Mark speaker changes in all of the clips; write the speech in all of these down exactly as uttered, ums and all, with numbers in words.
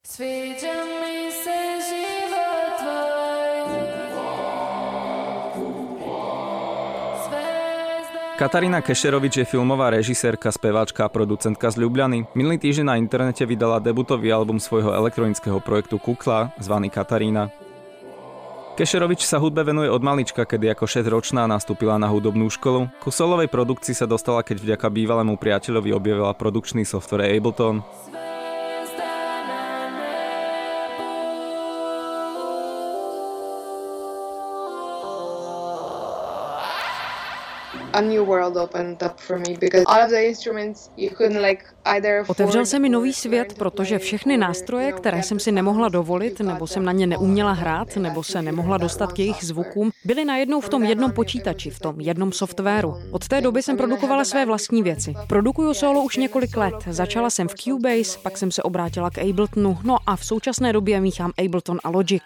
Speaker 1: Katarína Kešerovič je filmová režisérka, speváčka a producentka z Ljubljany. Minulý týždeň na internete vydala debutový album svojho elektronického projektu Kukla, zvaný Katarína. Kešerovič sa hudbe venuje od malička, kedy ako šesťročná nastúpila na hudobnú školu. Ku solovej produkcii sa dostala, keď vďaka bývalému priateľovi objavila produkčný software Ableton.
Speaker 2: A new world opened up for me because all of the instruments you couldn't like either.
Speaker 3: Otevřel se mi nový svět, protože všechny nástroje, které jsem si nemohla dovolit, nebo jsem na ně neuměla hrát, nebo se nemohla dostat k jejich zvukům, byly najednou v tom jednom počítači, v tom jednom softwaru. Od té doby jsem produkovala své vlastní věci. Produkuju solo už několik let. Začala jsem v Cubase, pak jsem se obrátila k Abletonu, no a v současné době míchám Ableton a Logic.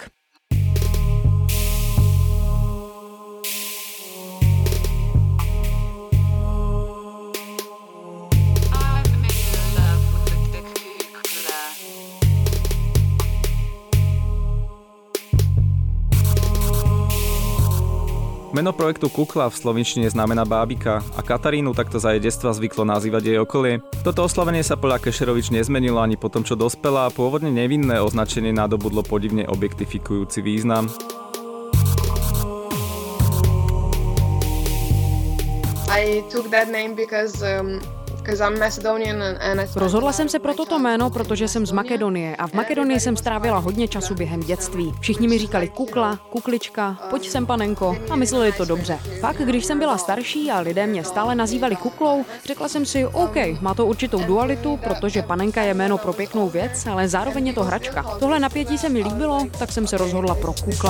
Speaker 1: Meno projektu Kukla v slovenčine znamená bábika a Katarínu takto za jej detstva zvyklo nazývať jej okolie. Toto oslovenie sa podľa Kešerovič nezmenilo ani po tom, čo dospela a pôvodne nevinné označenie nadobudlo podivne objektifikujúci význam.
Speaker 2: I took that name because um...
Speaker 3: Rozhodla jsem se pro toto jméno, protože jsem z Makedonie a v Makedonii jsem strávila hodně času během dětství. Všichni mi říkali kukla, kuklička, pojď sem panenko a mysleli to dobře. Pak, když jsem byla starší a lidé mě stále nazývali kuklou, řekla jsem si, OK, má to určitou dualitu, protože panenka je jméno pro pěknou věc, ale zároveň je to hračka. Tohle napětí se mi líbilo, tak jsem se rozhodla pro kukla.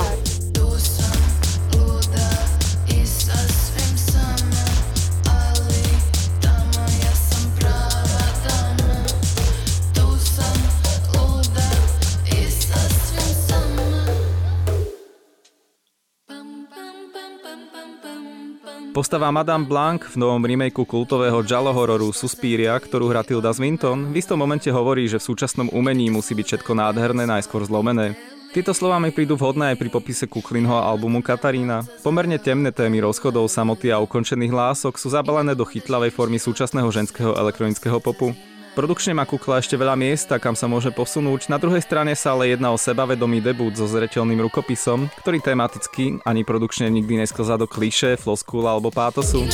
Speaker 1: Postava Madame Blanc v novom remakeu kultového giallo hororu Suspiria, ktorú hrá Tilda Swinton, v istom momente hovorí, že v súčasnom umení musí byť všetko nádherné, najskôr zlomené. Tieto slová mi prídu vhodné aj pri popise Kuklinho albumu Katarína. Pomerne temné témy rozchodov, samoty a ukončených hlások sú zabalené do chytlavej formy súčasného ženského elektronického popu. Produkčne má Kukla ešte veľa miesta, kam sa môže posunúť, na druhej strane sa ale jedná o sebavedomý debut so zreteľným rukopisom, ktorý tematicky ani produkčne nikdy nesklzá do klišé, floskúl alebo pátosu.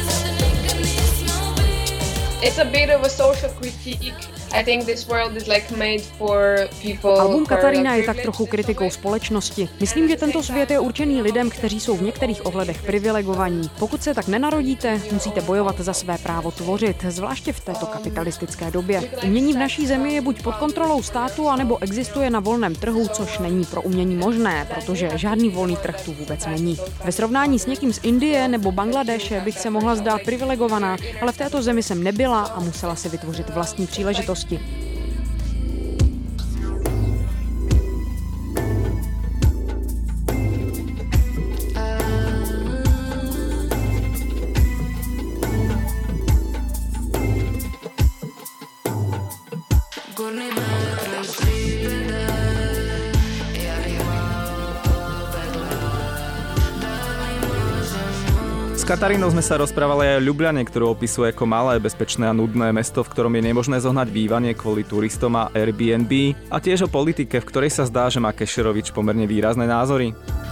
Speaker 2: It's a bit of a social critique. I think this world is like made for people.
Speaker 3: Album Katarína je tak trochu kritikou společnosti. Myslím, že tento svět je určený lidem, kteří jsou v některých ohledech privilegovaní. Pokud se tak nenarodíte, musíte bojovat za své právo tvořit, zvláště v této kapitalistické době. Umění v naší zemi je buď pod kontrolou státu, anebo existuje na volném trhu, což není pro umění možné, protože žádný volný trh tu vůbec není. Ve srovnání s někým z Indie nebo Bangladeše bych se mohla zdát privilegovaná, ale v této zemi jsem nebyla a musela si vytvořit vlastní příležitosti.
Speaker 1: S Katarínou sme sa rozprávali aj o Ljubljane, ktorú opisuje ako malé, bezpečné a nudné mesto, v ktorom je nemožné zohnať bývanie kvôli turistom a Airbnb, a tiež o politike, v ktorej sa zdá, že má Kešerovič pomerne výrazné názory.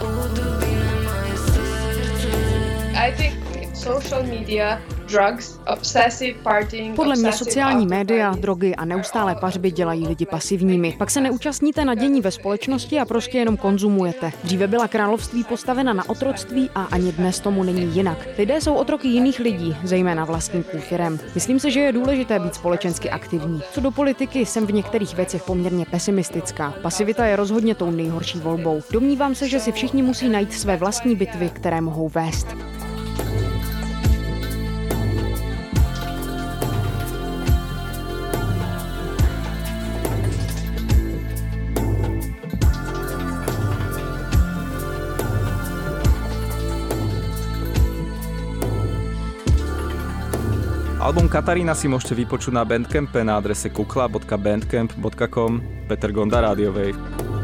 Speaker 2: I think social media, drugs, obsessive partying.
Speaker 3: Podle mě sociální média, drogy a neustálé pařby dělají lidi pasivními. Pak se neúčastníte na dění ve společnosti a prostě jenom konzumujete. Dříve byla království postavena na otroctví a ani dnes tomu není jinak. Lidé jsou otroky jiných lidí, zejména vlastníků firem. Myslím si, že je důležité být společensky aktivní. Co do politiky, jsem v některých věcech poměrně pesimistická. Pasivita je rozhodně tou nejhorší volbou. Domnívám se, že si všichni musí najít své vlastní bitvy, které mohou vést.
Speaker 1: Album Katarína si môžete vypočuť na Bandcampe na adrese kukla bodka bandcamp bodka com. Peter Gonda, Radio Wave.